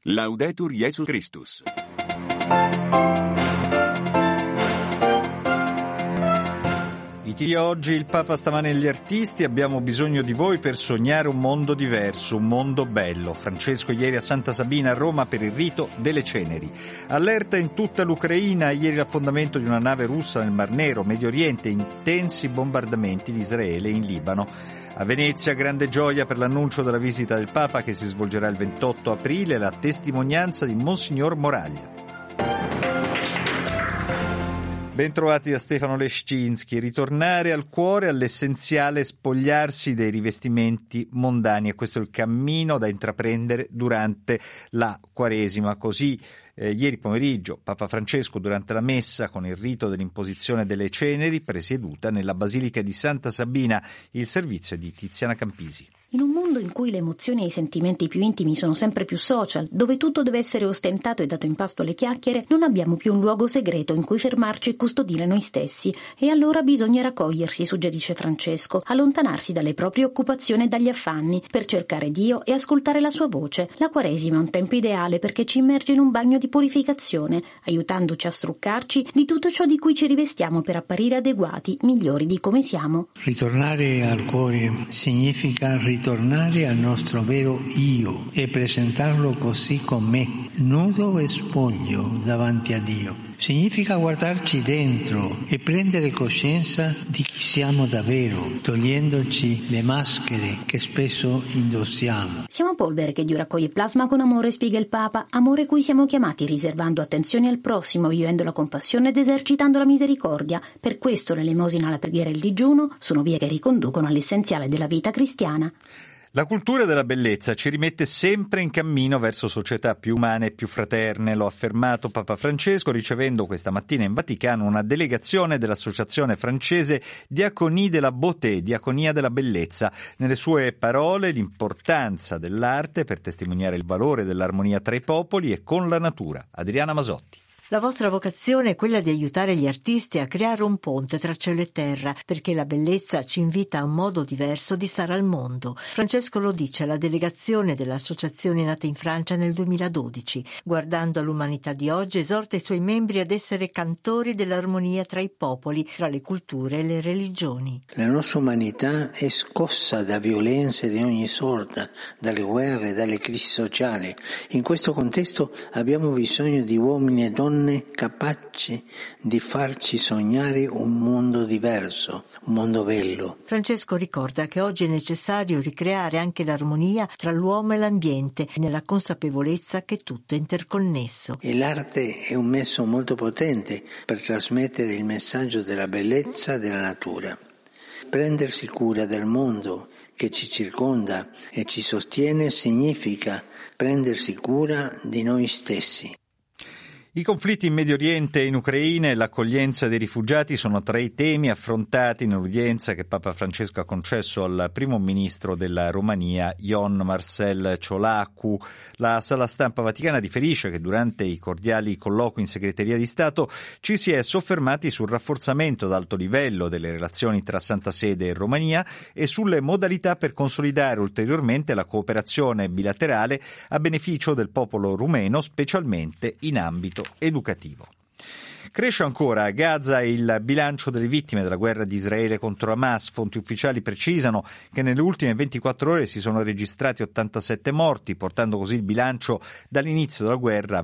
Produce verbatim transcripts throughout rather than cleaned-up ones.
Laudetur Jesus Christus. Di oggi il Papa stamane agli artisti: abbiamo bisogno di voi per sognare un mondo diverso, un mondo bello. Francesco ieri a Santa Sabina a Roma per il rito delle ceneri. Allerta in tutta l'Ucraina, ieri l'affondamento di una nave russa nel Mar Nero, Medio Oriente, intensi bombardamenti di Israele in Libano. A Venezia grande gioia per l'annuncio della visita del Papa che si svolgerà il ventotto aprile, la testimonianza di Monsignor Moraglia. Bentrovati da Stefano Leszczynski. Ritornare al cuore, all'essenziale, spogliarsi dei rivestimenti mondani, e questo è il cammino da intraprendere durante la Quaresima. Così eh, ieri pomeriggio Papa Francesco, durante la messa con il rito dell'imposizione delle ceneri, presieduta nella Basilica di Santa Sabina, il servizio di Tiziana Campisi. In un mondo in cui le emozioni e i sentimenti più intimi sono sempre più social, dove tutto deve essere ostentato e dato in pasto alle chiacchiere, non abbiamo più un luogo segreto in cui fermarci e custodire noi stessi. E allora bisogna raccogliersi, suggerisce Francesco, allontanarsi dalle proprie occupazioni e dagli affanni, per cercare Dio e ascoltare la sua voce. La Quaresima è un tempo ideale perché ci immerge in un bagno di purificazione, aiutandoci a struccarci di tutto ciò di cui ci rivestiamo per apparire adeguati, migliori di come siamo. Ritornare al cuore significa ritornare Tornare al nostro vero io e presentarlo così com'è, nudo e spoglio davanti a Dio. Significa guardarci dentro e prendere coscienza di chi siamo davvero, togliendoci le maschere che spesso indossiamo. Siamo polvere che Dio raccoglie plasma con amore, spiega il Papa, amore cui siamo chiamati riservando attenzione al prossimo, vivendo la compassione ed esercitando la misericordia. Per questo l'elemosina, la preghiera e il digiuno sono vie che riconducono all'essenziale della vita cristiana. La cultura della bellezza ci rimette sempre in cammino verso società più umane e più fraterne, lo ha affermato Papa Francesco ricevendo questa mattina in Vaticano una delegazione dell'associazione francese Diaconie de la Beauté, Diaconia della Bellezza. Nelle sue parole l'importanza dell'arte per testimoniare il valore dell'armonia tra i popoli e con la natura. Adriana Masotti. La vostra vocazione è quella di aiutare gli artisti a creare un ponte tra cielo e terra, perché la bellezza ci invita a un modo diverso di stare al mondo. Francesco lo dice alla delegazione dell'associazione nata in Francia nel duemiladodici. Guardando all'umanità di oggi, esorta i suoi membri ad essere cantori dell'armonia tra i popoli, tra le culture e le religioni. La nostra umanità è scossa da violenze di ogni sorta, dalle guerre, dalle crisi sociali. In questo contesto abbiamo bisogno di uomini e donne capaci di farci sognare un mondo diverso, un mondo bello. Francesco ricorda che oggi è necessario ricreare anche l'armonia tra l'uomo e l'ambiente, nella consapevolezza che tutto è interconnesso. E l'arte è un mezzo molto potente per trasmettere il messaggio della bellezza della natura. Prendersi cura del mondo che ci circonda e ci sostiene significa prendersi cura di noi stessi. I conflitti in Medio Oriente e in Ucraina e l'accoglienza dei rifugiati sono tra i temi affrontati nell'udienza che Papa Francesco ha concesso al primo ministro della Romania, Ion Marcel Ciolacu. La sala stampa vaticana riferisce che durante i cordiali colloqui in segreteria di Stato ci si è soffermati sul rafforzamento ad alto livello delle relazioni tra Santa Sede e Romania e sulle modalità per consolidare ulteriormente la cooperazione bilaterale a beneficio del popolo rumeno, specialmente in ambito educativo. Cresce ancora a Gaza il bilancio delle vittime della guerra di Israele contro Hamas. Fonti ufficiali precisano che nelle ultime ventiquattro ore si sono registrati ottantasette morti, portando così il bilancio dall'inizio della guerra a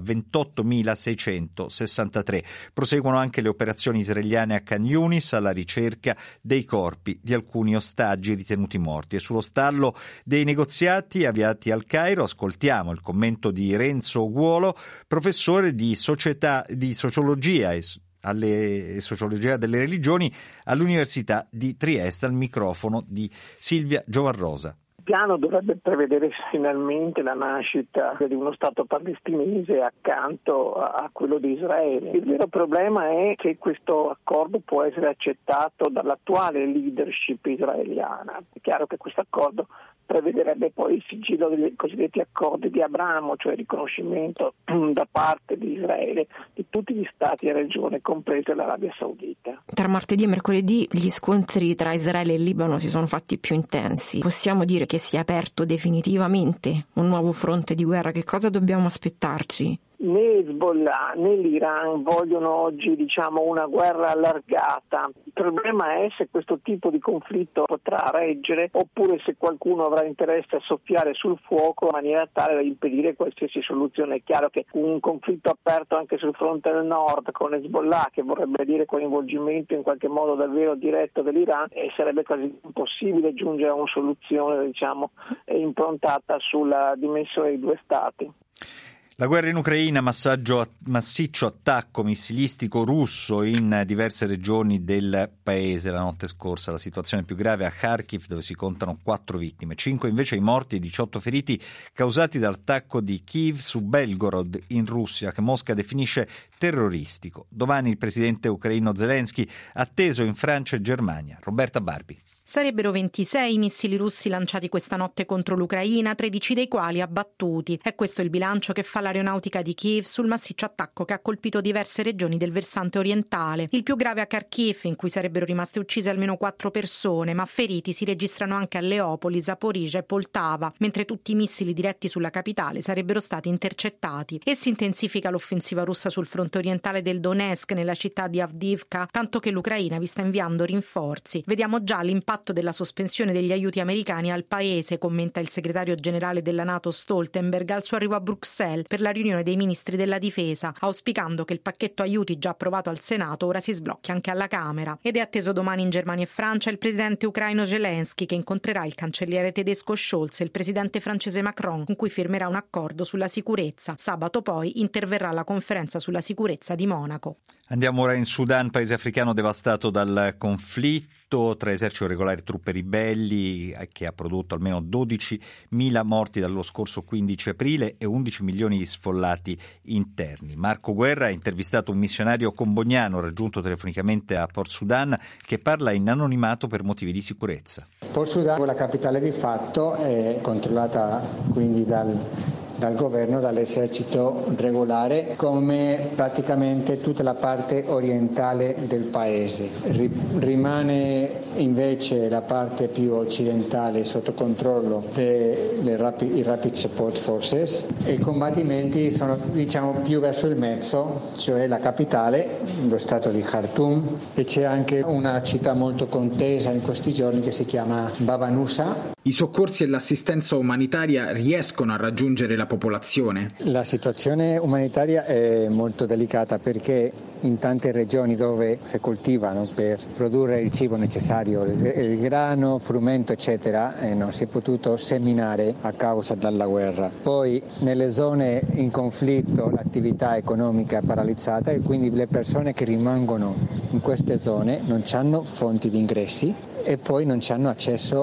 ventottomilaseicentosessantatré. Proseguono anche le operazioni israeliane a Khan Yunis alla ricerca dei corpi di alcuni ostaggi ritenuti morti. E sullo stallo dei negoziati avviati al Cairo ascoltiamo il commento di Renzo Guolo, professore di società di sociologia e alle sociologia delle religioni all'Università di Trieste, al microfono di Silvia Giovarrosa. Il piano dovrebbe prevedere finalmente la nascita di uno Stato palestinese accanto a quello di Israele. Il vero problema è che questo accordo può essere accettato dall'attuale leadership israeliana. È chiaro che questo accordo prevederebbe poi il sigillo dei cosiddetti accordi di Abramo, cioè il riconoscimento da parte di Israele di tutti gli stati e regioni, compresa l'Arabia Saudita. Tra martedì e mercoledì gli scontri tra Israele e Libano si sono fatti più intensi. Possiamo dire che si è aperto definitivamente un nuovo fronte di guerra? Che cosa dobbiamo aspettarci? Né Hezbollah né l'Iran vogliono oggi, diciamo, una guerra allargata. Il problema è se questo tipo di conflitto potrà reggere oppure se qualcuno avrà interesse a soffiare sul fuoco in maniera tale da impedire qualsiasi soluzione. È chiaro che un conflitto aperto anche sul fronte del nord con Hezbollah, che vorrebbe dire coinvolgimento in qualche modo davvero diretto dell'Iran, e sarebbe quasi impossibile giungere a una soluzione, diciamo, improntata sulla dimensione dei due stati. La guerra in Ucraina, massaggio, massiccio attacco missilistico russo in diverse regioni del paese la notte scorsa. La situazione più grave a Kharkiv, dove si contano quattro vittime, cinque invece i morti e diciotto feriti causati dall'attacco di Kiev su Belgorod in Russia, che Mosca definisce terroristico. Domani il presidente ucraino Zelensky atteso in Francia e Germania. Roberta Barbi. Sarebbero ventisei i missili russi lanciati questa notte contro l'Ucraina, tredici dei quali abbattuti. È questo il bilancio che fa l'aeronautica di Kiev sul massiccio attacco che ha colpito diverse regioni del versante orientale. Il più grave a Kharkiv, in cui sarebbero rimaste uccise almeno quattro persone, ma feriti si registrano anche a Leopoli, Zaporizhzhia e Poltava, mentre tutti i missili diretti sulla capitale sarebbero stati intercettati. E si intensifica l'offensiva russa sul fronte orientale del Donetsk, nella città di Avdiivka, tanto che l'Ucraina vi sta inviando rinforzi. Vediamo già l'impatto della sospensione degli aiuti americani al paese, commenta il segretario generale della NATO Stoltenberg al suo arrivo a Bruxelles per la riunione dei ministri della difesa, auspicando che il pacchetto aiuti già approvato al Senato ora si sblocchi anche alla Camera. Ed è atteso domani in Germania e Francia il presidente ucraino Zelensky, che incontrerà il cancelliere tedesco Scholz e il presidente francese Macron, con cui firmerà un accordo sulla sicurezza. Sabato poi interverrà la conferenza sulla sicurezza di Monaco. Andiamo ora in Sudan, paese africano devastato dal conflitto tra esercito regolare e truppe ribelli, che ha prodotto almeno dodicimila morti dallo scorso quindici aprile e undici milioni di sfollati interni. Marco Guerra ha intervistato un missionario comboniano raggiunto telefonicamente a Port Sudan, che parla in anonimato per motivi di sicurezza. Port Sudan, la capitale di fatto, è controllata quindi dal dal governo, dall'esercito regolare, come praticamente tutta la parte orientale del paese. Rimane invece la parte più occidentale sotto controllo dei Rapid, Rapid Support Forces, e i combattimenti sono, diciamo, più verso il mezzo, cioè la capitale, lo stato di Khartoum, e c'è anche una città molto contesa in questi giorni che si chiama Baba Nusa. I soccorsi e l'assistenza umanitaria riescono a raggiungere la popolazione? La situazione umanitaria è molto delicata perché in tante regioni dove si coltivano per produrre il cibo necessario, il grano, frumento eccetera, eh, non si è potuto seminare a causa della guerra. Poi nelle zone in conflitto l'attività economica è paralizzata e quindi le persone che rimangono in queste zone non hanno fonti di ingressi e poi non hanno accesso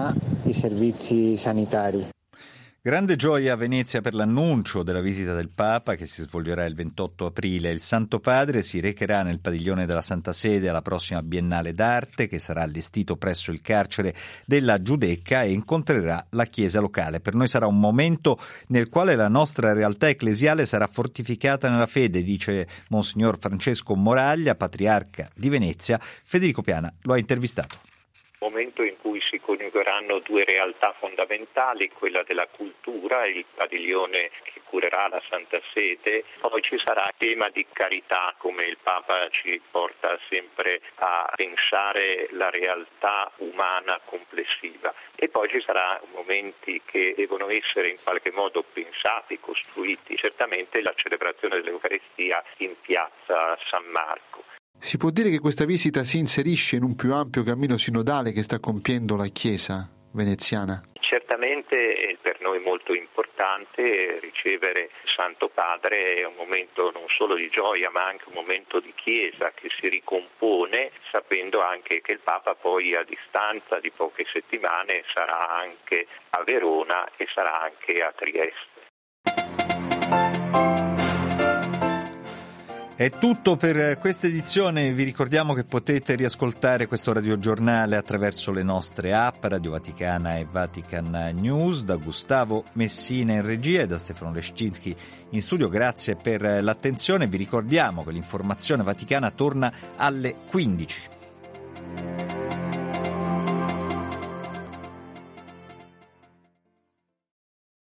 ai servizi sanitari. Grande gioia a Venezia per l'annuncio della visita del Papa, che si svolgerà il ventotto aprile. Il Santo Padre si recherà nel padiglione della Santa Sede alla prossima Biennale d'Arte, che sarà allestito presso il carcere della Giudecca, e incontrerà la Chiesa locale. Per noi sarà un momento nel quale la nostra realtà ecclesiale sarà fortificata nella fede, dice Monsignor Francesco Moraglia, patriarca di Venezia. Federico Piana lo ha intervistato. Momento in cui si coniugheranno due realtà fondamentali, quella della cultura, il padiglione che curerà la Santa Sede, poi ci sarà il tema di carità, come il Papa ci porta sempre a pensare la realtà umana complessiva, e poi ci saranno momenti che devono essere in qualche modo pensati, costruiti, certamente la celebrazione dell'Eucaristia in piazza San Marco. Si può dire che questa visita si inserisce in un più ampio cammino sinodale che sta compiendo la Chiesa veneziana? Certamente per noi è molto importante ricevere il Santo Padre, è un momento non solo di gioia ma anche un momento di Chiesa che si ricompone, sapendo anche che il Papa poi a distanza di poche settimane sarà anche a Verona e sarà anche a Trieste. È tutto per questa edizione, vi ricordiamo che potete riascoltare questo radiogiornale attraverso le nostre app Radio Vaticana e Vatican News. Da Gustavo Messina in regia e da Stefano Leszczynski in studio, grazie per l'attenzione. Vi ricordiamo che l'informazione vaticana torna alle quindici.